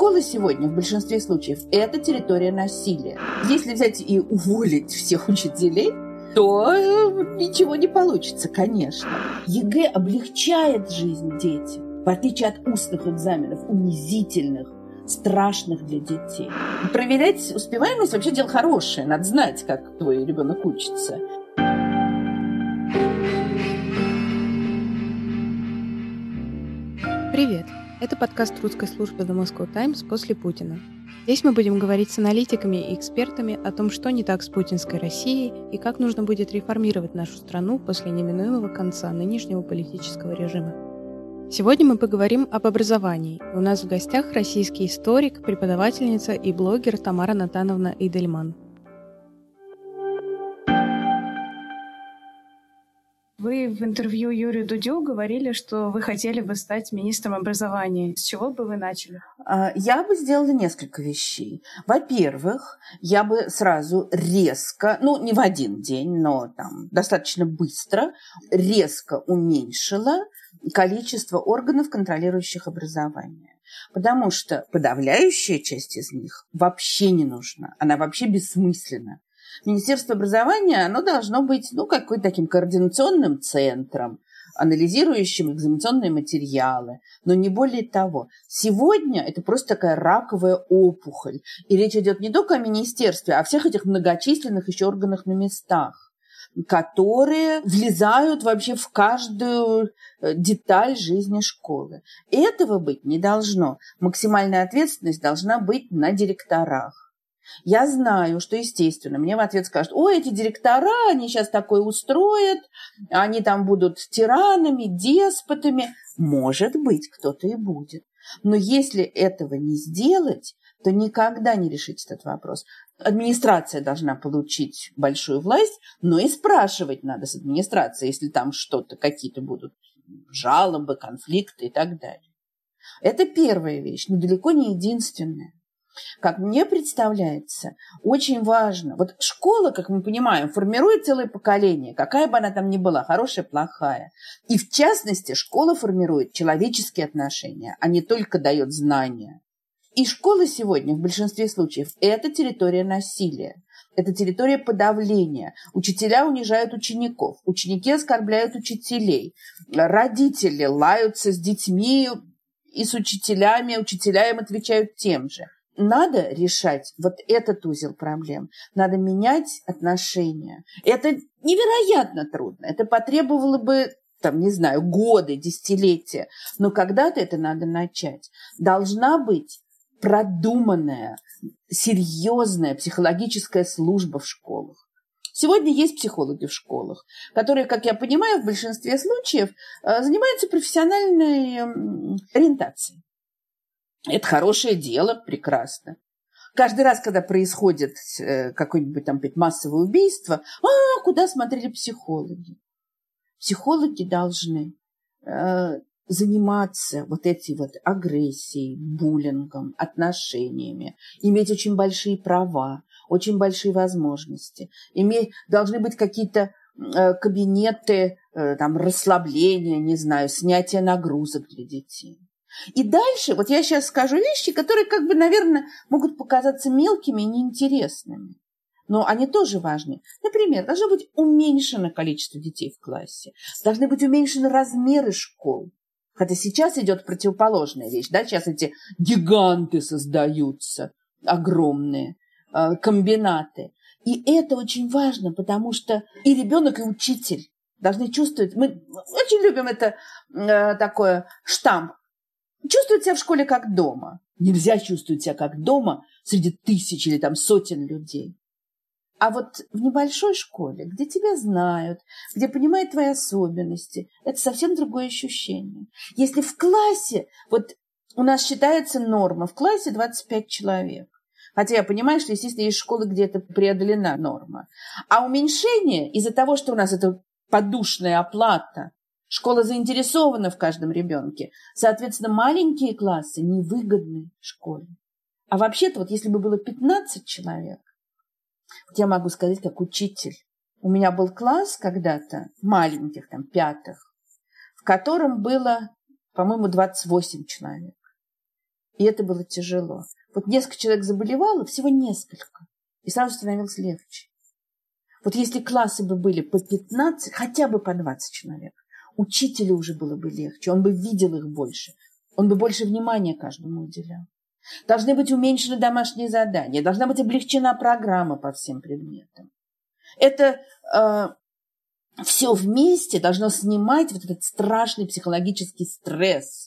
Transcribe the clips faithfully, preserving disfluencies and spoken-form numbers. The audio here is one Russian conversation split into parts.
Школа сегодня в большинстве случаев – это территория насилия. Если взять и уволить всех учителей, то ничего не получится, конечно. ЕГЭ облегчает жизнь детям, в отличие от устных экзаменов, унизительных, страшных для детей. Проверять успеваемость вообще дело хорошее. Надо знать, как твой ребенок учится. Привет! Это подкаст русской службы The Moscow Times «После Путина». Здесь мы будем говорить с аналитиками и экспертами о том, что не так с путинской Россией и как нужно будет реформировать нашу страну после неминуемого конца нынешнего политического режима. Сегодня мы поговорим об образовании. У нас в гостях российский историк, преподавательница и блогер Тамара Натановна Эйдельман. Вы в интервью Юрию Дудю говорили, что вы хотели бы стать министром образования. С чего бы вы начали? Я бы сделала несколько вещей. Во-первых, я бы сразу резко, ну, не в один день, но там достаточно быстро, резко уменьшила количество органов, контролирующих образование. Потому что подавляющая часть из них вообще не нужна. Она вообще бессмысленна. Министерство образования, оно должно быть, ну, какой-то таким координационным центром, анализирующим экзаменационные материалы, но не более того. Сегодня это просто такая раковая опухоль. И речь идет не только о министерстве, а о всех этих многочисленных еще органах на местах, которые влезают вообще в каждую деталь жизни школы. Этого быть не должно. Максимальная ответственность должна быть на директорах. Я знаю, что, естественно, мне в ответ скажут: ой, эти директора, они сейчас такое устроят, они там будут тиранами, деспотами. Может быть, кто-то и будет. Но если этого не сделать, то никогда не решить этот вопрос. Администрация должна получить большую власть, но и спрашивать надо с администрацией, если там что-то, какие-то будут жалобы, конфликты и так далее. Это первая вещь, но далеко не единственная. Как мне представляется, очень важно. Вот школа, как мы понимаем, формирует целое поколение, какая бы она там ни была, хорошая, плохая. И в частности, школа формирует человеческие отношения, а не только дает знания. И школа сегодня в большинстве случаев – это территория насилия. Это территория подавления. Учителя унижают учеников, ученики оскорбляют учителей, родители лаются с детьми и с учителями, учителя им отвечают тем же. Надо решать вот этот узел проблем. Надо менять отношения. Это невероятно трудно. Это потребовало бы, там, не знаю, годы, десятилетия. Но когда-то это надо начать. Должна быть продуманная, серьезная психологическая служба в школах. Сегодня есть психологи в школах, которые, как я понимаю, в большинстве случаев занимаются профессиональной ориентацией. Это хорошее дело, прекрасно. Каждый раз, когда происходит какое-нибудь там массовое убийство, а куда смотрели психологи? Психологи должны э, заниматься вот этой вот агрессией, буллингом, отношениями, иметь очень большие права, очень большие возможности. Иметь, должны быть какие-то э, кабинеты э, там, расслабления, не знаю, снятия нагрузок для детей. И дальше, вот я сейчас скажу вещи, которые, как бы, наверное, могут показаться мелкими и неинтересными. Но они тоже важны. Например, должно быть уменьшено количество детей в классе. Должны быть уменьшены размеры школ. Хотя сейчас идет противоположная вещь. Да? Сейчас эти гиганты создаются, огромные э, комбинаты. И это очень важно, потому что и ребенок, и учитель должны чувствовать. Мы очень любим это э, такое штамп. Чувствовать себя в школе как дома. Нельзя чувствовать себя как дома среди тысяч или там сотен людей. А вот в небольшой школе, где тебя знают, где понимают твои особенности, это совсем другое ощущение. Если в классе, вот у нас считается норма, в классе двадцать пять человек. Хотя я понимаю, что, естественно, есть школы, где это преодолена норма. А уменьшение из-за того, что у нас это подушная оплата, школа заинтересована в каждом ребенке. Соответственно, маленькие классы невыгодны школе. А вообще-то, вот если бы было пятнадцать человек, вот я могу сказать, как учитель. У меня был класс когда-то, маленьких, там, пятых, в котором было, по-моему, двадцать восемь человек. И это было тяжело. Вот несколько человек заболевало, всего несколько. И сразу становилось легче. Вот если классы бы были по пятнадцать, хотя бы по двадцать человек, учителю уже было бы легче, он бы видел их больше, он бы больше внимания каждому уделял. Должны быть уменьшены домашние задания, должна быть облегчена программа по всем предметам. Это э, все вместе должно снимать вот этот страшный психологический стресс.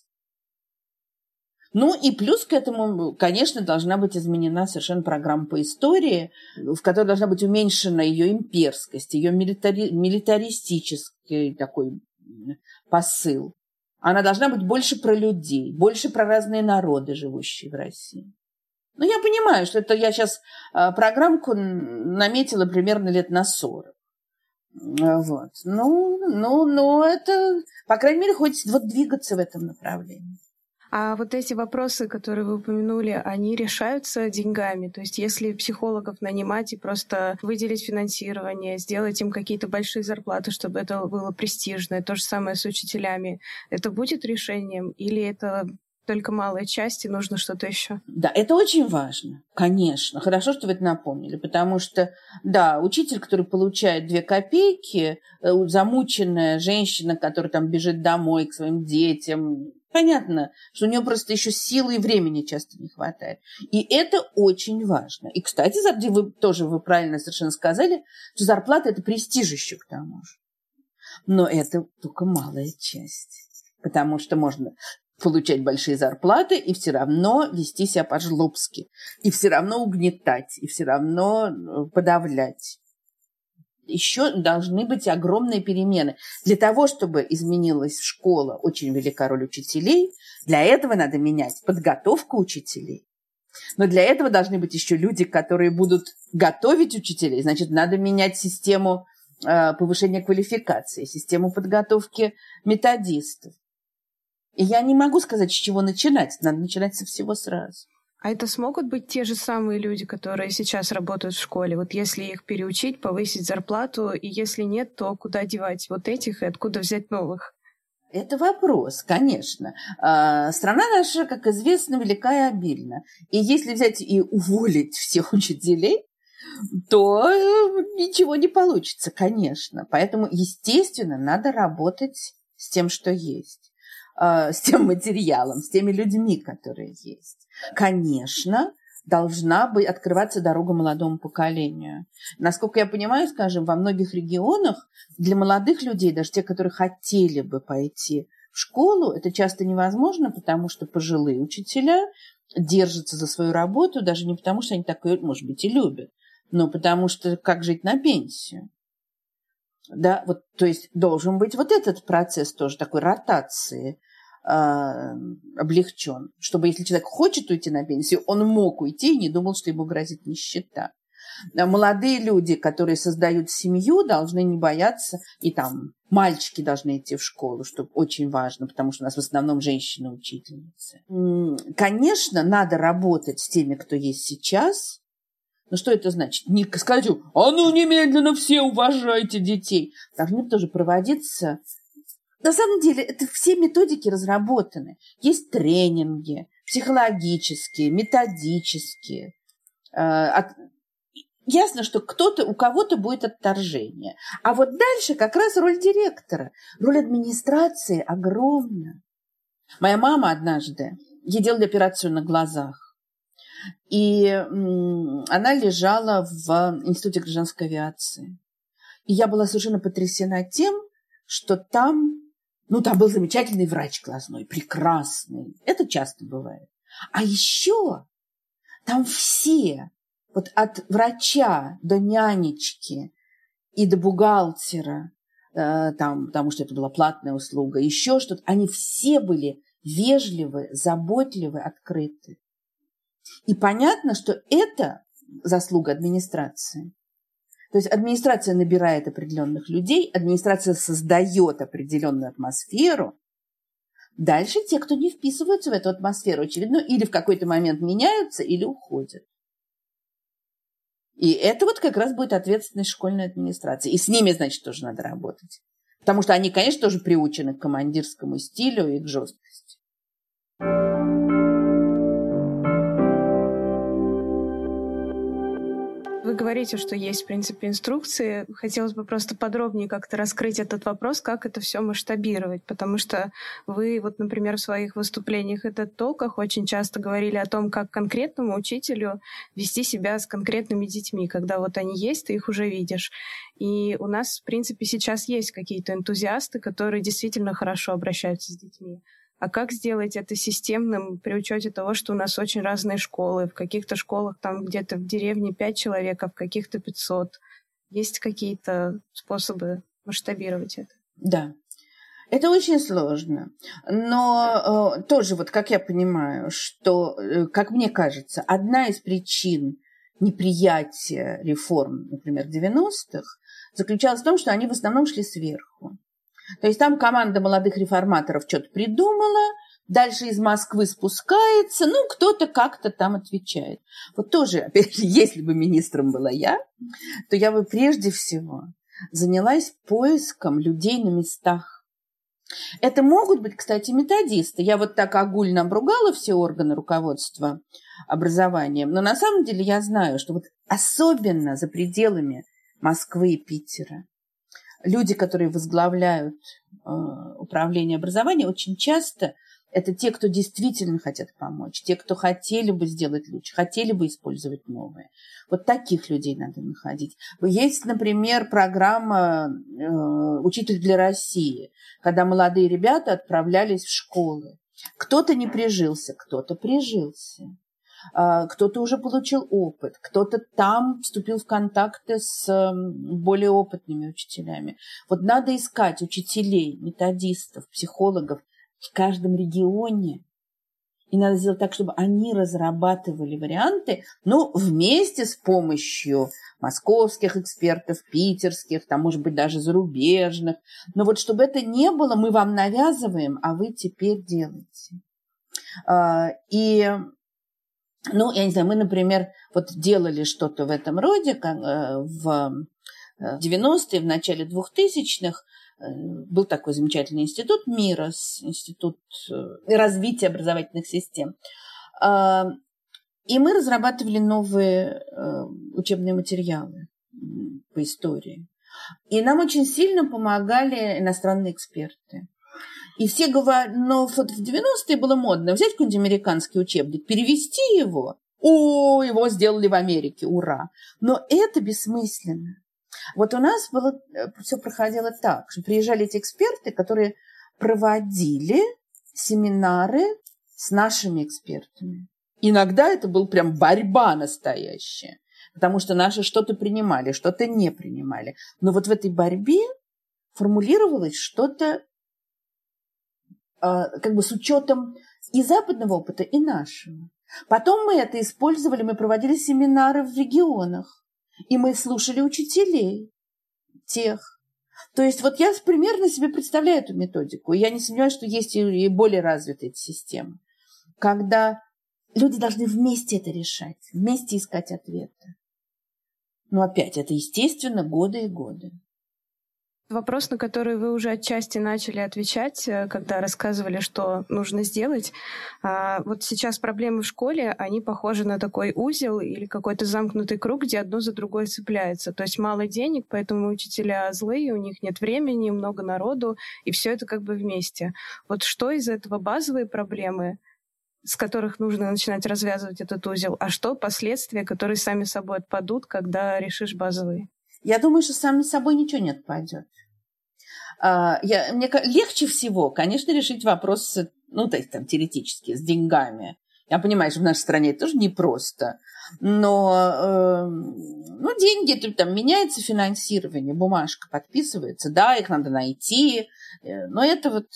Ну и плюс к этому, конечно, должна быть изменена совершенно программа по истории, в которой должна быть уменьшена ее имперскость, ее милитари- милитаристический такой посыл. Она должна быть больше про людей, больше про разные народы, живущие в России. Ну, я понимаю, что это я сейчас программку наметила примерно лет на сорок. Вот. Ну, ну, ну, это, по крайней мере, хоть вот двигаться в этом направлении. А вот эти вопросы, которые вы упомянули, они решаются деньгами? То есть если психологов нанимать и просто выделить финансирование, сделать им какие-то большие зарплаты, чтобы это было престижно, то же самое с учителями, это будет решением или это только малая часть и нужно что-то еще? Да, это очень важно, конечно. Хорошо, что вы это напомнили, потому что, да, учитель, который получает две копейки, замученная женщина, которая там бежит домой к своим детям, понятно, что у нее просто еще силы и времени часто не хватает. И это очень важно. И, кстати, вы тоже вы правильно совершенно сказали, что зарплата – это престиж еще к тому же. Но это только малая часть, потому что можно получать большие зарплаты и все равно вести себя по-жлобски, и все равно угнетать, и все равно подавлять. Еще должны быть огромные перемены. Для того, чтобы изменилась школа, очень велика роль учителей. Для этого надо менять подготовку учителей. Но для этого должны быть еще люди, которые будут готовить учителей. Значит, надо менять систему э, повышения квалификации, систему подготовки методистов. И я не могу сказать, с чего начинать. Надо начинать со всего сразу. А это смогут быть те же самые люди, которые сейчас работают в школе? Вот если их переучить, повысить зарплату, и если нет, то куда девать вот этих и откуда взять новых? Это вопрос, конечно. Страна наша, как известно, велика и обильна. И если взять и уволить всех учителей, то ничего не получится, конечно. Поэтому, естественно, надо работать с тем, что есть. С тем материалом, с теми людьми, которые есть. Конечно, должна быть открываться дорога молодому поколению. Насколько я понимаю, скажем, во многих регионах для молодых людей, даже те, которые хотели бы пойти в школу, это часто невозможно, потому что пожилые учителя держатся за свою работу, даже не потому, что они такое, может быть, и любят, но потому что как жить на пенсию? Да, вот, то есть должен быть вот этот процесс тоже такой ротации э, облегчен, чтобы если человек хочет уйти на пенсию, он мог уйти и не думал, что ему грозит нищета. Молодые люди, которые создают семью, должны не бояться, и там мальчики должны идти в школу, что очень важно, потому что у нас в основном женщины-учительницы. Конечно, надо работать с теми, кто есть сейчас. Но что это значит? Не сказать, а ну немедленно все уважайте детей. Должны тоже проводиться. На самом деле, это все методики разработаны. Есть тренинги психологические, методические. Ясно, что кто-то, у кого-то будет отторжение. А вот дальше как раз роль директора. Роль администрации огромна. Моя мама однажды, ей делали операцию на глазах. И она лежала в Институте гражданской авиации. И я была совершенно потрясена тем, что там, ну, там был замечательный врач глазной, прекрасный. Это часто бывает. А еще там все, вот от врача до нянечки и до бухгалтера, э, там, потому что это была платная услуга, еще что-то, они все были вежливы, заботливы, открыты. И понятно, что это заслуга администрации. То есть администрация набирает определенных людей, администрация создает определенную атмосферу. Дальше те, кто не вписываются в эту атмосферу, очевидно, или в какой-то момент меняются, или уходят. И это вот как раз будет ответственность школьной администрации. И с ними, значит, тоже надо работать. Потому что они, конечно, тоже приучены к командирскому стилю и к жесткости. говорите, что есть, в принципе, инструкции. Хотелось бы просто подробнее как-то раскрыть этот вопрос, как это все масштабировать, потому что вы, вот, например, в своих выступлениях и тед-толках очень часто говорили о том, как конкретному учителю вести себя с конкретными детьми, когда вот они есть, ты их уже видишь. И у нас, в принципе, сейчас есть какие-то энтузиасты, которые действительно хорошо обращаются с детьми. А как сделать это системным при учете того, что у нас очень разные школы? В каких-то школах там где-то в деревне пять человек, а в каких-то пятьсот. Есть какие-то способы масштабировать это? Да. Это очень сложно. Но э, тоже, вот как я понимаю, что, э, как мне кажется, одна из причин неприятия реформ, например, девяностых, заключалась в том, что они в основном шли сверху. То есть там команда молодых реформаторов что-то придумала, дальше из Москвы спускается, ну, кто-то как-то там отвечает. Вот тоже, опять же, если бы министром была я, то я бы прежде всего занялась поиском людей на местах. Это могут быть, кстати, методисты. Я вот так огульно обругала все органы руководства образованием, но на самом деле я знаю, что вот особенно за пределами Москвы и Питера люди, которые возглавляют э, управление образованием, очень часто это те, кто действительно хотят помочь, те, кто хотели бы сделать лучше, хотели бы использовать новое. Вот таких людей надо находить. Есть, например, программа э, «Учитель для России», когда молодые ребята отправлялись в школы. Кто-то не прижился, кто-то прижился. Кто-то уже получил опыт, кто-то там вступил в контакты с более опытными учителями. Вот надо искать учителей, методистов, психологов в каждом регионе. И надо сделать так, чтобы они разрабатывали варианты, ну, вместе с помощью московских экспертов, питерских, там, может быть, даже зарубежных. Но вот чтобы это не было, мы вам навязываем, а вы теперь делаете. И... Ну, я не знаю, мы, например, вот делали что-то в этом роде в девяностые, в начале двухтысячных. Был такой замечательный институт МИРОС, институт развития образовательных систем. И мы разрабатывали новые учебные материалы по истории. И нам очень сильно помогали иностранные эксперты. И все говорят, но вот в девяностые было модно взять какой-нибудь американский учебник, перевести его. О, его сделали в Америке, ура! Но это бессмысленно. Вот у нас было, все проходило так, что приезжали эти эксперты, которые проводили семинары с нашими экспертами. Иногда это была прям борьба настоящая, потому что наши что-то принимали, что-то не принимали. Но вот в этой борьбе формулировалось что-то как бы с учетом и западного опыта, и нашего. Потом мы это использовали, мы проводили семинары в регионах, и мы слушали учителей тех. То есть вот я примерно себе представляю эту методику, и я не сомневаюсь, что есть и более развитые эти системы, когда люди должны вместе это решать, вместе искать ответы. Но опять, это, естественно, годы и годы. Вопрос, на который вы уже отчасти начали отвечать, когда рассказывали, что нужно сделать. Вот сейчас проблемы в школе, они похожи на такой узел или какой-то замкнутый круг, где одно за другое цепляется. То есть мало денег, поэтому учителя злые, у них нет времени, много народу, и все это как бы вместе. Вот что из этого базовые проблемы, с которых нужно начинать развязывать этот узел, а что последствия, которые сами собой отпадут, когда решишь базовые? Я думаю, что сами собой ничего не отпадет. Я, мне легче всего, конечно, решить вопрос, ну, то есть там теоретически, с деньгами. Я понимаю, что в нашей стране это тоже непросто, но э, ну, деньги, там меняется финансирование, бумажка подписывается, да, их надо найти, но это вот...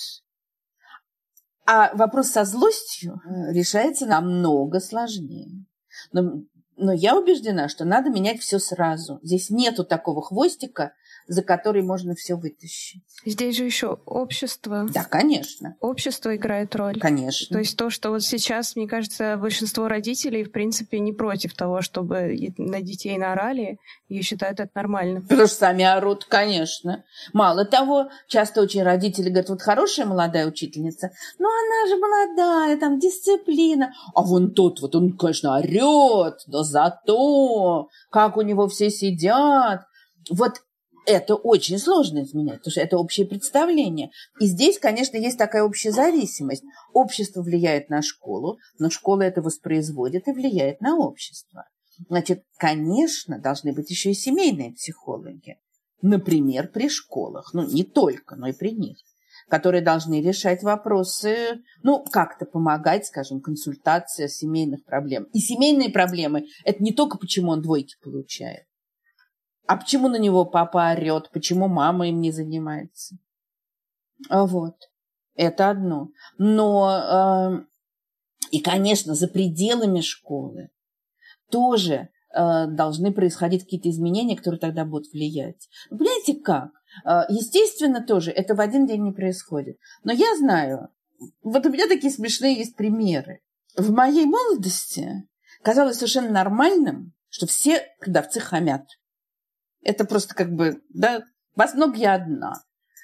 А вопрос со злостью решается намного сложнее. Но, но я убеждена, что надо менять все сразу. Здесь нету такого хвостика, за который можно все вытащить. Здесь же еще общество. Да, конечно. Общество играет роль. Конечно. То есть то, что вот сейчас, мне кажется, большинство родителей, в принципе, не против того, чтобы на детей наорали, и считают это нормально. Потому что сами орут, конечно. Мало того, часто очень родители говорят, вот хорошая молодая учительница, но она же молодая, там дисциплина. А вон тот вот, он, конечно, орет, но зато как у него все сидят. Вот это очень сложно изменять, потому что это общее представление. И здесь, конечно, есть такая общая зависимость. Общество влияет на школу, но школа это воспроизводит и влияет на общество. Значит, конечно, должны быть еще и семейные психологи. Например, при школах. Ну, не только, но и при них. Которые должны решать вопросы, ну, как-то помогать, скажем, консультация семейных проблем. И семейные проблемы – это не только почему он двойки получает, а почему на него папа орет, почему мама им не занимается. Вот. Это одно. Но, э, и, конечно, за пределами школы тоже э, должны происходить какие-то изменения, которые тогда будут влиять. Вы понимаете, как? Э, естественно, тоже это в один день не происходит. Но я знаю, вот у меня такие смешные есть примеры. В моей молодости казалось совершенно нормальным, что все продавцы хамят. Это просто как бы, да, вас много, я одна.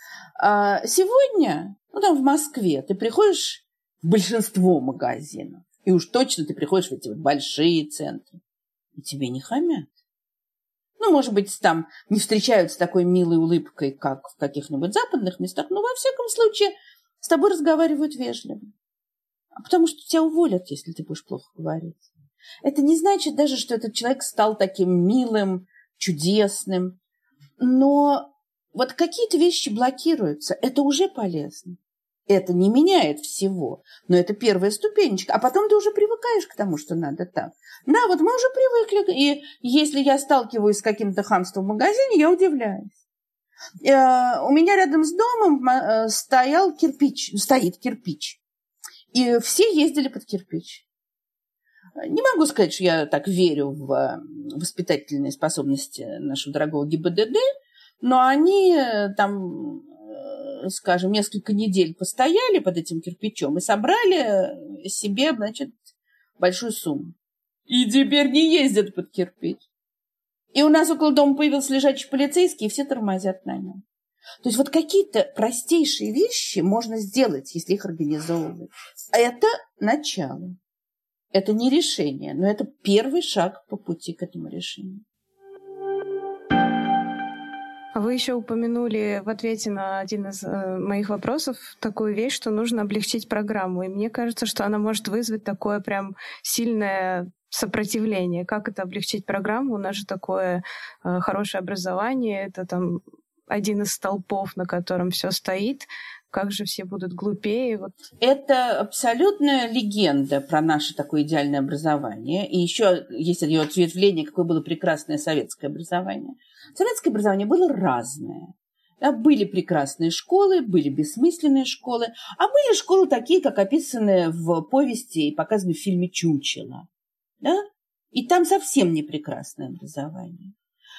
А сегодня, ну там в Москве, ты приходишь в большинство магазинов, и уж точно ты приходишь в эти вот большие центры, и тебе не хамят. Ну, может быть, там не встречаются с такой милой улыбкой, как в каких-нибудь западных местах, но во всяком случае с тобой разговаривают вежливо. А потому что тебя уволят, если ты будешь плохо говорить. Это не значит даже, что этот человек стал таким милым, чудесным. Но вот какие-то вещи блокируются. Это уже полезно. Это не меняет всего. Но это первая ступенечка. А потом ты уже привыкаешь к тому, что надо так. Да, вот мы уже привыкли. И если я сталкиваюсь с каким-то хамством в магазине, я удивляюсь. У меня рядом с домом стоял кирпич. Стоит кирпич. И все ездили под кирпич. Не могу сказать, что я так верю в воспитательные способности нашего дорогого ГИБДД, но они там, скажем, несколько недель постояли под этим кирпичом и собрали себе, значит, большую сумму. И теперь не ездят под кирпич. И у нас около дома появился лежачий полицейский, и все тормозят на нем. То есть вот какие-то простейшие вещи можно сделать, если их организовывать. А это начало. Это не решение, но это первый шаг по пути к этому решению. Вы еще упомянули в ответе на один из э, моих вопросов такую вещь, что нужно облегчить программу. И мне кажется, что она может вызвать такое прям сильное сопротивление. Как это облегчить программу? У нас же такое э, хорошее образование. Это там один из столпов, на котором все стоит. Как же все будут глупее? Вот. Это абсолютная легенда про наше такое идеальное образование. И еще есть ее ответвление, какое было прекрасное советское образование. Советское образование было разное. Да, были прекрасные школы, были бессмысленные школы, а были школы такие, как описаны в повести и показаны в фильме «Чучело». Да? И там совсем не прекрасное образование.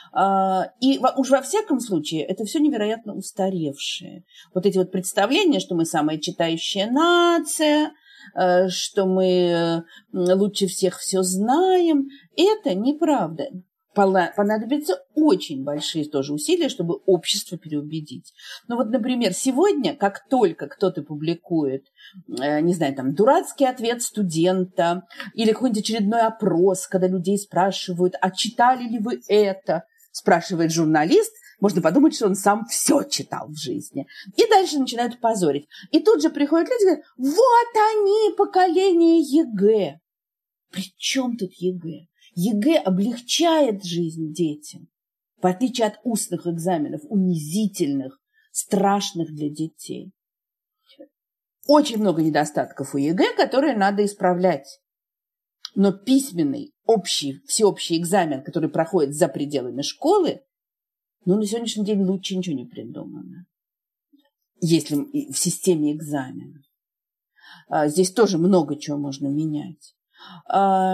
И уж во всяком случае это все невероятно устаревшее. Вот эти вот представления, что мы самая читающая нация, что мы лучше всех все знаем, это неправда. Понадобятся очень большие тоже усилия, чтобы общество переубедить. Ну вот, например, сегодня, как только кто-то публикует, не знаю, там, дурацкий ответ студента или какой-нибудь очередной опрос, когда людей спрашивают, а читали ли вы это, спрашивает журналист, можно подумать, что он сам все читал в жизни. И дальше начинают позорить. И тут же приходят люди и говорят, вот они, поколение ЕГЭ. При чем тут ЕГЭ? ЕГЭ облегчает жизнь детям, в отличие от устных экзаменов, унизительных, страшных для детей. Очень много недостатков у ЕГЭ, которые надо исправлять. Но письменный, общий, всеобщий экзамен, который проходит за пределами школы, ну, на сегодняшний день лучше ничего не придумано. Если в системе экзаменов. Здесь тоже много чего можно менять.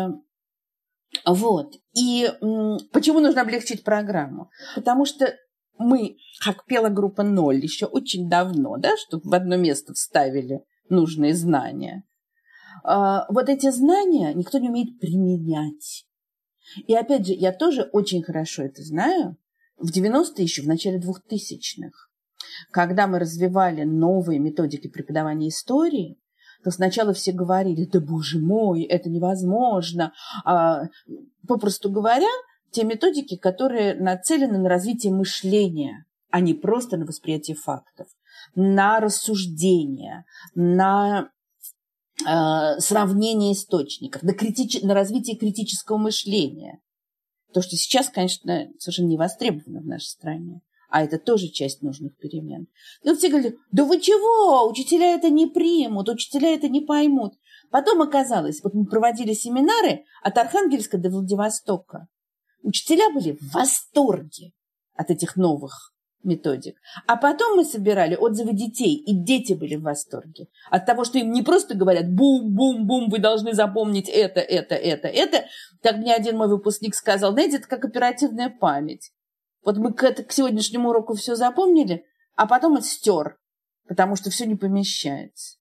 Вот. И почему нужно облегчить программу? Потому что мы, как пела группа «Ноль» еще очень давно, да, чтобы в одно место вставили нужные знания. Вот эти знания никто не умеет применять. И опять же, я тоже очень хорошо это знаю. В девяностые, еще в начале двухтысячных, когда мы развивали новые методики преподавания истории, то сначала все говорили: да боже мой, это невозможно. А, попросту говоря, те методики, которые нацелены на развитие мышления, а не просто на восприятие фактов, на рассуждение, на э, сравнение источников, на, критич... на развитие критического мышления. То, что сейчас, конечно, совершенно не востребовано в нашей стране. А это тоже часть нужных перемен. И все говорили: да вы чего, учителя это не примут, учителя это не поймут. Потом оказалось, вот мы проводили семинары от Архангельска до Владивостока. Учителя были в восторге от этих новых методик. А потом мы собирали отзывы детей, и дети были в восторге от того, что им не просто говорят: бум-бум-бум, вы должны запомнить это, это, это, это. Так мне один мой выпускник сказал: знаете, это как оперативная память. Вот мы к, это, к сегодняшнему уроку все запомнили, а потом это стер, потому что все не помещается.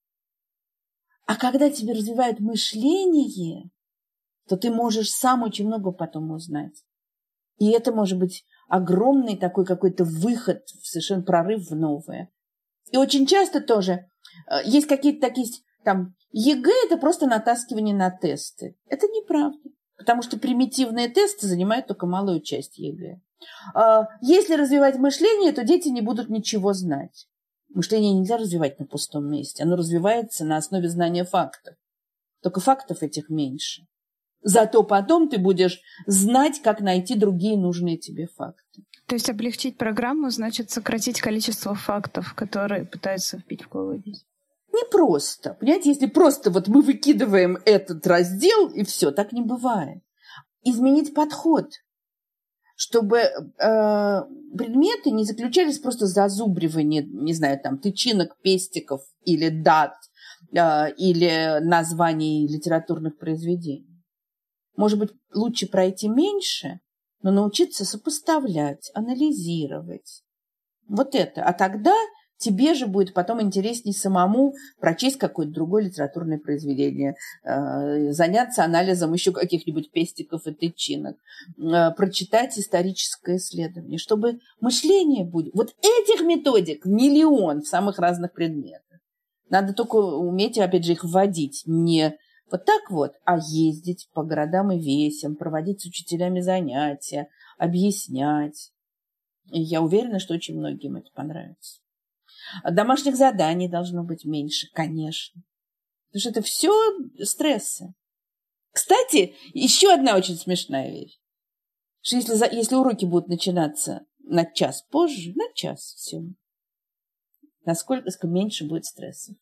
А когда тебе развивают мышление, то ты можешь сам очень много потом узнать. И это может быть огромный такой какой-то выход, совершенно прорыв в новое. И очень часто тоже есть какие-то такие, там, ЕГЭ – это просто натаскивание на тесты. Это неправда, потому что примитивные тесты занимают только малую часть ЕГЭ. Если развивать мышление, то дети не будут ничего знать. Мышление нельзя развивать на пустом месте. Оно развивается на основе знания фактов. Только фактов этих меньше. Зато потом ты будешь знать, как найти другие нужные тебе факты. То есть облегчить программу значит сократить количество фактов, которые пытаются вбить в голову детей? Не просто. Понимаете, если просто вот мы выкидываем этот раздел, и все, так не бывает. Изменить подход, чтобы э, предметы не заключались просто в зазубривании, не знаю, там, тычинок, пестиков или дат, э, или названий литературных произведений. Может быть, лучше пройти меньше, но научиться сопоставлять, анализировать. Вот это. А тогда тебе же будет потом интереснее самому прочесть какое-то другое литературное произведение, э, заняться анализом еще каких-нибудь пестиков и тычинок, э, прочитать историческое исследование, чтобы мышление будет. Вот этих методик миллион в самых разных предметах. Надо только уметь, опять же, их вводить. Не вот так вот, а ездить по городам и весям, проводить с учителями занятия, объяснять. И я уверена, что очень многим это понравится. Домашних заданий должно быть меньше, конечно. Потому что это все стрессы. Кстати, еще одна очень смешная вещь. Что если, если уроки будут начинаться на час позже, на час все, насколько меньше будет стресса.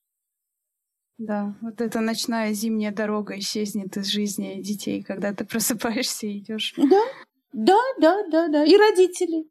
Да, вот эта ночная зимняя дорога исчезнет из жизни детей, когда ты просыпаешься и идешь. Да, да, да, да, да. И родители.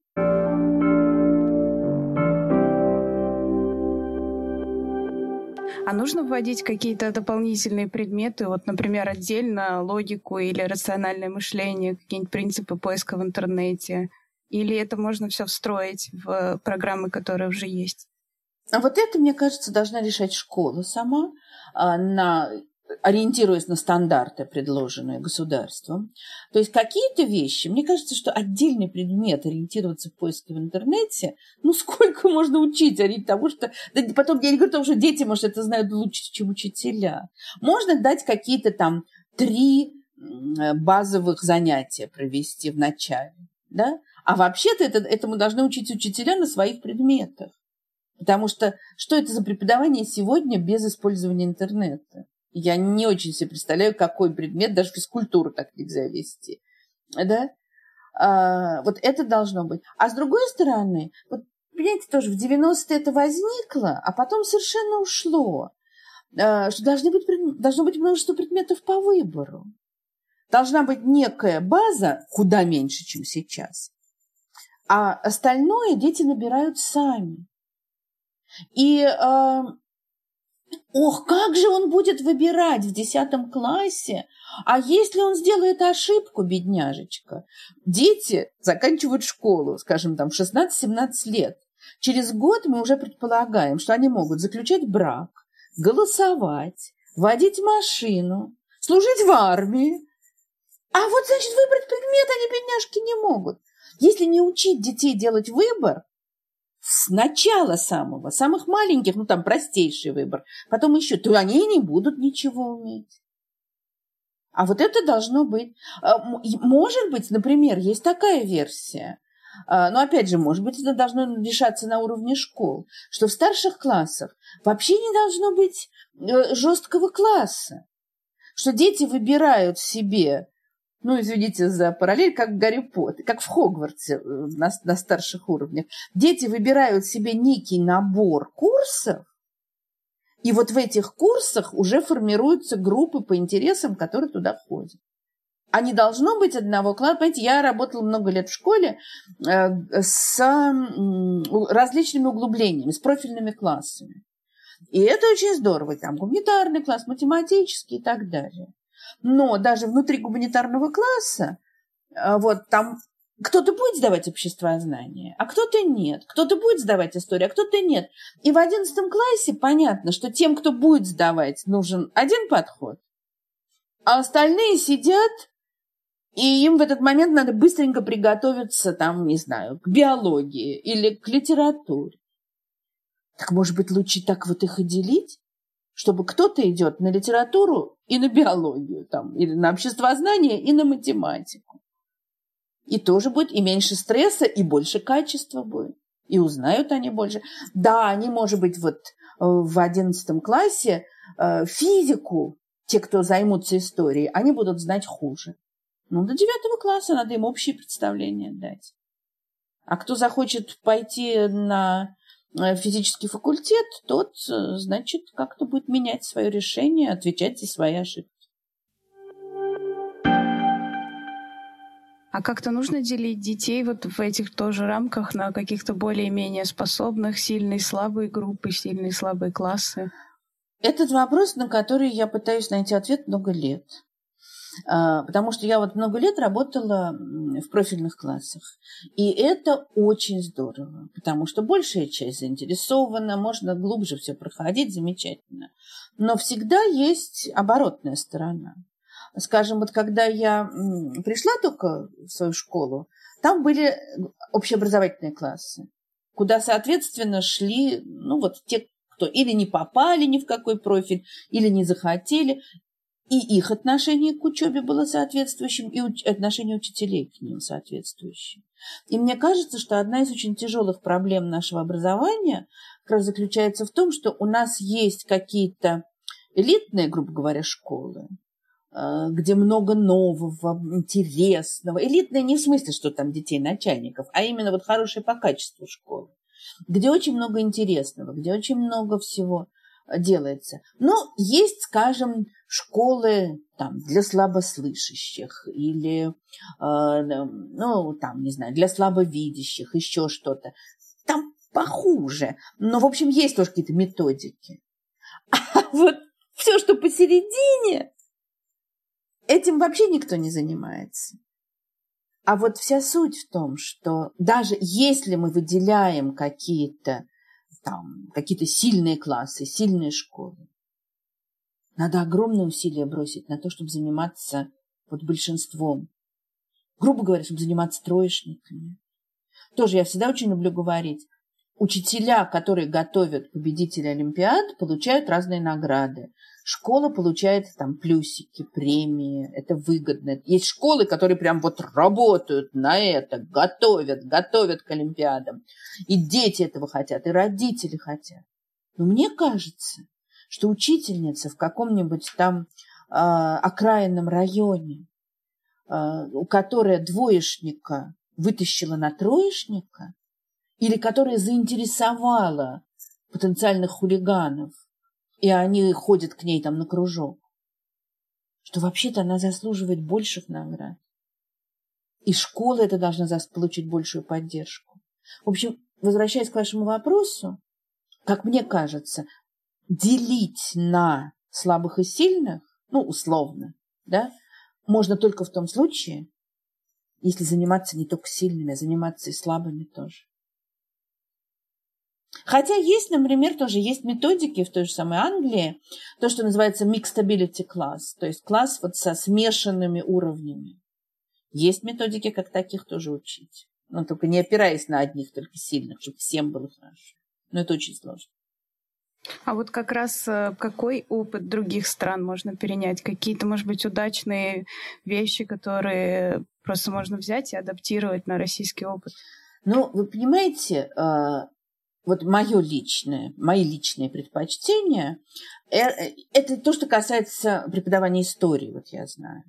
А нужно вводить какие-то дополнительные предметы, вот, например, отдельно логику или рациональное мышление, какие-нибудь принципы поиска в интернете? Или это можно все встроить в программы, которые уже есть? А вот это, мне кажется, должна решать школа сама, на, ориентируясь на стандарты, предложенные государством. То есть какие-то вещи, мне кажется, что отдельный предмет ориентироваться в поиске в интернете, ну сколько можно учить, потому что да, потом я не говорю о том, что дети, может, это знают лучше, чем учителя. Можно дать какие-то там три базовых занятия провести в начале, да? А вообще-то это, этому должны учить учителя на своих предметах. Потому что что это за преподавание сегодня без использования интернета? Я не очень себе представляю, какой предмет, даже физкультуру так нельзя вести. Да? А, вот это должно быть. А с другой стороны, вот, понимаете, тоже в девяностые это возникло, а потом совершенно ушло. А, что должны быть, должно быть множество предметов по выбору. Должна быть некая база, куда меньше, чем сейчас. А остальное дети набирают сами. И э, Ох, как же он будет выбирать в десятом классе? А если он сделает ошибку, бедняжечка? Дети заканчивают школу, скажем, там, в шестнадцать-семнадцать лет. Через год мы уже предполагаем, что они могут заключать брак, голосовать, водить машину, служить в армии. А вот, значит, выбрать предмет они, бедняжки, не могут. Если не учить детей делать выбор, с начала самого, самых маленьких, ну там простейший выбор, потом еще, то они и не будут ничего уметь. А вот это должно быть. Может быть, например, есть такая версия, но опять же, может быть, это должно решаться на уровне школ, что в старших классах вообще не должно быть жесткого класса, что дети выбирают себе, ну, извините за параллель, как в Гарри Поттере, как в Хогвартсе на, на старших уровнях. Дети выбирают себе некий набор курсов, и вот в этих курсах уже формируются группы по интересам, которые туда ходят. А не должно быть одного класса. Понимаете, я работала много лет в школе э, с э, различными углублениями, с профильными классами. И это очень здорово. Там гуманитарный класс, математический и так далее. Но даже внутри гуманитарного класса вот там кто-то будет сдавать обществознание, а кто-то нет. Кто-то будет сдавать историю, а кто-то нет. И в одиннадцатом классе понятно, что тем, кто будет сдавать, нужен один подход, а остальные сидят, и им в этот момент надо быстренько приготовиться, там, не знаю, к биологии или к литературе. Так, может быть, лучше так вот их и делить? Чтобы кто-то идет на литературу и на биологию, там, или на обществознание и на математику. И тоже будет и меньше стресса, и больше качества будет. И узнают они больше. Да, они, может быть, вот в одиннадцатом классе физику, те, кто займутся историей, они будут знать хуже. Ну, до девятого класса надо им общее представление дать. А кто захочет пойти на физический факультет, тот, значит, как-то будет менять свое решение, отвечать за свои ошибки. А как-то нужно делить детей вот в этих тоже рамках на каких-то более-менее способных, сильные, слабые группы, сильные, слабые классы? Этот вопрос, на который я пытаюсь найти ответ много лет. Потому что я вот много лет работала в профильных классах. И это очень здорово, потому что большая часть заинтересована, можно глубже все проходить, замечательно. Но всегда есть оборотная сторона. Скажем, вот когда я пришла только в свою школу, там были общеобразовательные классы, куда, соответственно, шли, ну, вот те, кто или не попали ни в какой профиль, или не захотели. И их отношение к учебе было соответствующим, и уч- отношение учителей к ним соответствующим. И мне кажется, что одна из очень тяжелых проблем нашего образования как раз заключается в том, что у нас есть какие-то элитные, грубо говоря, школы, где много нового, интересного. Элитные не в смысле, что там детей начальников, а именно вот хорошие по качеству школы, где очень много интересного, где очень много всего делается. Но есть, скажем, школы там, для слабослышащих или, э, ну, там, не знаю, для слабовидящих, еще что-то. Там похуже. Но, в общем, есть тоже какие-то методики. А вот все, что посередине, этим вообще никто не занимается. А вот вся суть в том, что даже если мы выделяем какие-то там какие-то сильные классы, сильные школы, надо огромные усилия бросить на то, чтобы заниматься вот большинством. Грубо говоря, чтобы заниматься троечниками. Тоже я всегда очень люблю говорить. Учителя, которые готовят победителей Олимпиад, получают разные награды. Школа получает там плюсики, премии, это выгодно. Есть школы, которые прям вот работают на это, готовят, готовят к Олимпиадам. И дети этого хотят, и родители хотят. Но мне кажется, что учительница в каком-нибудь там э, окраинном районе, э, у которой двоечника вытащила на троечника, или которая заинтересовала потенциальных хулиганов, и они ходят к ней там на кружок, что вообще-то она заслуживает больших наград. И школа это должна получить большую поддержку. В общем, возвращаясь к вашему вопросу, как мне кажется, делить на слабых и сильных, ну, условно, да, можно только в том случае, если заниматься не только сильными, а заниматься и слабыми тоже. Хотя есть, например, тоже есть методики в той же самой Англии, то, что называется mixed ability class, то есть класс вот со смешанными уровнями. Есть методики, как таких тоже учить. Но только не опираясь на одних только сильных, чтобы всем было хорошо. Но это очень сложно. А вот как раз какой опыт других стран можно перенять? Какие-то, может быть, удачные вещи, которые просто можно взять и адаптировать на российский опыт? Ну, вы понимаете, вот мое личное, мои личные предпочтения, это то, что касается преподавания истории, вот я знаю.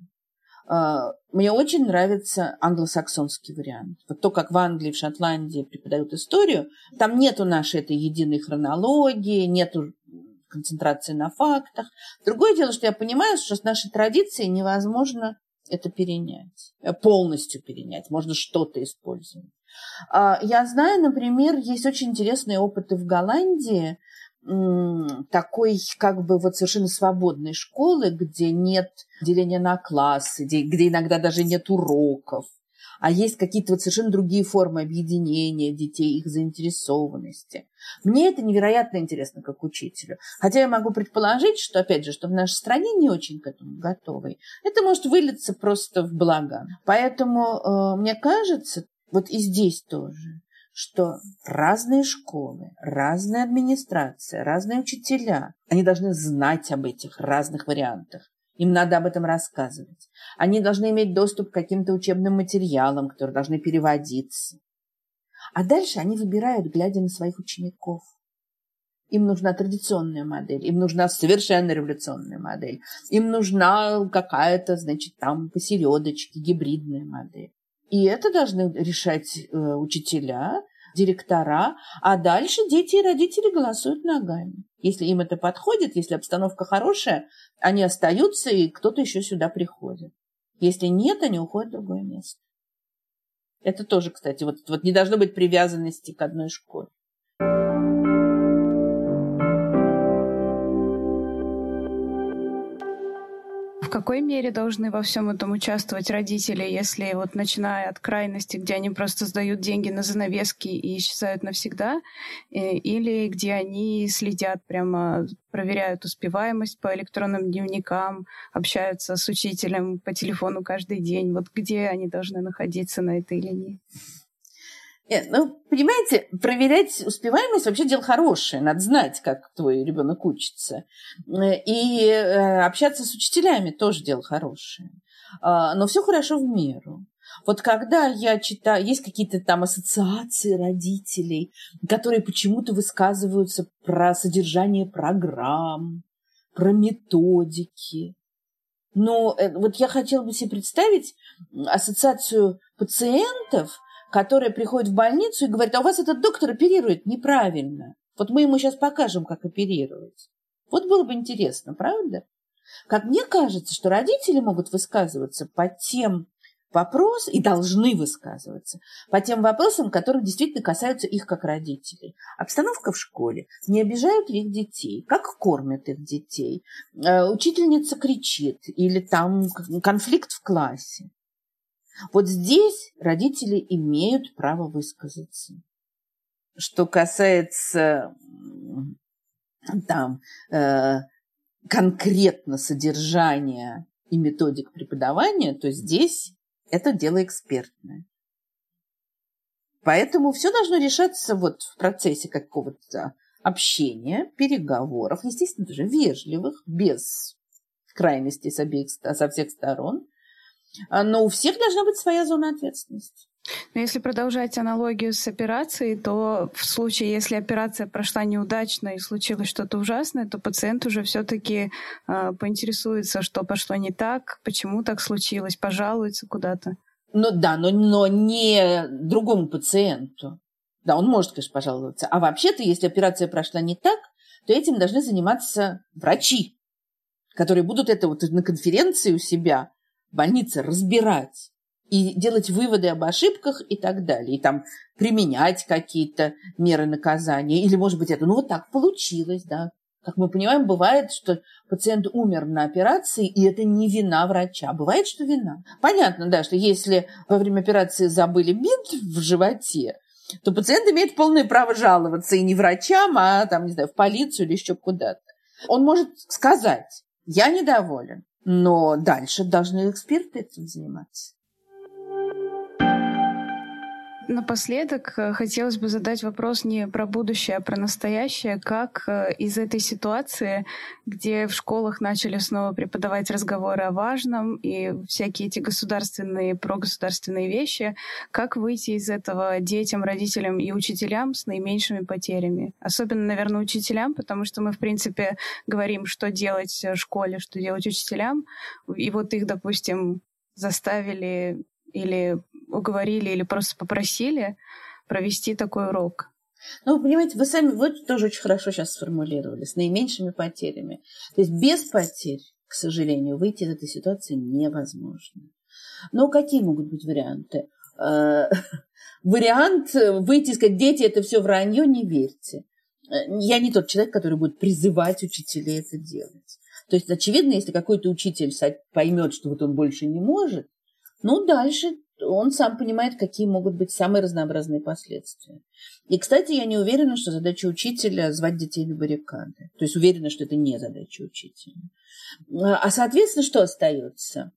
Мне очень нравится англосаксонский вариант. Вот то, как в Англии, в Шотландии преподают историю, там нету нашей этой единой хронологии, нету концентрации на фактах. Другое дело, что я понимаю, что с нашей традицией невозможно это перенять, полностью перенять, можно что-то использовать. Я знаю, например, есть очень интересные опыты в Голландии, такой как бы вот совершенно свободной школы, где нет деления на классы, где, где иногда даже нет уроков, а есть какие-то вот совершенно другие формы объединения детей, их заинтересованности. Мне это невероятно интересно как учителю. Хотя я могу предположить, что, опять же, что в нашей стране не очень к этому готовы. Это может вылиться просто в благо. Поэтому э, мне кажется, вот и здесь тоже, что разные школы, разная администрация, разные учителя, они должны знать об этих разных вариантах. Им надо об этом рассказывать. Они должны иметь доступ к каким-то учебным материалам, которые должны переводиться. А дальше они выбирают, глядя на своих учеников. Им нужна традиционная модель, им нужна совершенно революционная модель, им нужна какая-то, значит, там посередочке гибридная модель. И это должны решать э, учителя, директора, а дальше дети и родители голосуют ногами. Если им это подходит, если обстановка хорошая, они остаются, и кто-то еще сюда приходит. Если нет, они уходят в другое место. Это тоже, кстати, вот, вот не должно быть привязанности к одной школе. В какой мере должны во всем этом участвовать родители, если вот начиная от крайности, где они просто сдают деньги на занавески и исчезают навсегда, или где они следят прямо, проверяют успеваемость по электронным дневникам, общаются с учителем по телефону каждый день. Вот где они должны находиться на этой линии? Нет, ну, понимаете, проверять успеваемость вообще дело хорошее. Надо знать, как твой ребенок учится. И общаться с учителями тоже дело хорошее. Но все хорошо в меру. Вот когда я читаю, есть какие-то там ассоциации родителей, которые почему-то высказываются про содержание программ, про методики. Но вот я хотела бы себе представить ассоциацию пациентов, которые приходят в больницу и говорят, а у вас этот доктор оперирует неправильно. Вот мы ему сейчас покажем, как оперировать. Вот было бы интересно, правда? Как мне кажется, что родители могут высказываться по тем вопросам, и должны высказываться, по тем вопросам, которые действительно касаются их как родителей. Обстановка в школе, не обижают ли их детей, как кормят их детей, учительница кричит, или там конфликт в классе. Вот здесь родители имеют право высказаться. Что касается там, э, конкретно содержания и методик преподавания, то здесь это дело экспертное. Поэтому все должно решаться вот в процессе какого-то общения, переговоров, естественно, тоже вежливых, без крайностей с обеих, со всех сторон. Но у всех должна быть своя зона ответственности. Но если продолжать аналогию с операцией, то в случае, если операция прошла неудачно и случилось что-то ужасное, то пациент уже все-таки э, поинтересуется, что пошло не так, почему так случилось, пожалуется куда-то. Ну да, но, но не другому пациенту. Да, он может, конечно, пожаловаться. А вообще-то, если операция прошла не так, то этим должны заниматься врачи, которые будут это вот на конференции у себя в больнице разбирать и делать выводы об ошибках и так далее. И там применять какие-то меры наказания. Или, может быть, это, ну, вот так получилось, да. Как мы понимаем, бывает, что пациент умер на операции, и это не вина врача. Бывает, что вина. Понятно, да, что если во время операции забыли бинт в животе, то пациент имеет полное право жаловаться и не врачам, а там, не знаю, в полицию или еще куда-то. Он может сказать: я недоволен, но дальше должны эксперты этим заниматься. Напоследок хотелось бы задать вопрос не про будущее, а про настоящее. Как из этой ситуации, где в школах начали снова преподавать разговоры о важном и всякие эти государственные, прогосударственные вещи, как выйти из этого детям, родителям и учителям с наименьшими потерями? Особенно, наверное, учителям, потому что мы, в принципе, говорим, что делать в школе, что делать учителям. И вот их, допустим, заставили или уговорили, или просто попросили провести такой урок. Ну, вы понимаете, вы сами вот тоже очень хорошо сейчас сформулировали, с наименьшими потерями. То есть без потерь, к сожалению, выйти из этой ситуации невозможно. Но какие могут быть варианты? Вариант выйти и сказать: дети, это все вранье, не верьте. Я не тот человек, который будет призывать учителей это делать. То есть, очевидно, если какой-то учитель поймет, что вот он больше не может, ну, дальше он сам понимает, какие могут быть самые разнообразные последствия. И, кстати, я не уверена, что задача учителя звать детей на баррикады. То есть уверена, что это не задача учителя. А, соответственно, что остается?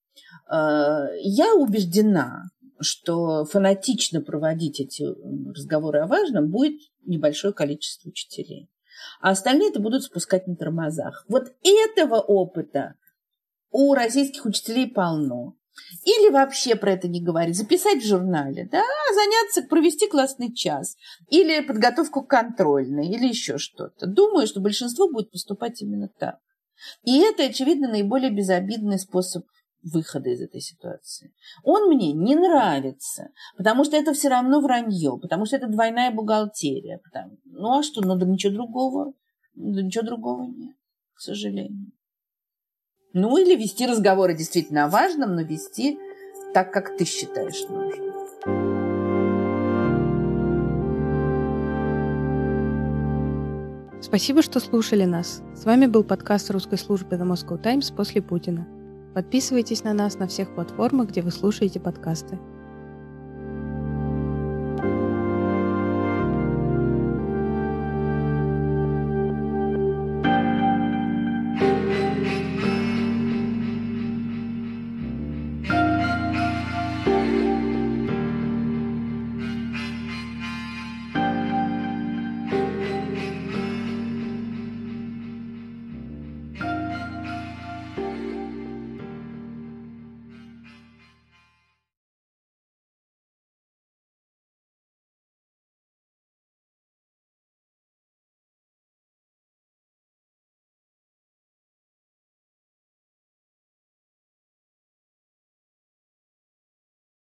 Я убеждена, что фанатично проводить эти разговоры о важном будет небольшое количество учителей. А остальные это будут спускать на тормозах. Вот этого опыта у российских учителей полно. Или вообще про это не говорить, записать в журнале, да, заняться, провести классный час, или подготовку контрольной, или еще что-то. Думаю, что большинство будет поступать именно так. И это, очевидно, наиболее безобидный способ выхода из этой ситуации. Он мне не нравится, потому что это все равно вранье, потому что это двойная бухгалтерия. Потому... Ну а что, ну да ничего другого, да ничего другого нет, к сожалению. Ну, или вести разговоры действительно о важном, но вести так, как ты считаешь нужным. Спасибо, что слушали нас. С вами был подкаст русской службы The Moscow Times «После Путина». Подписывайтесь на нас на всех платформах, где вы слушаете подкасты.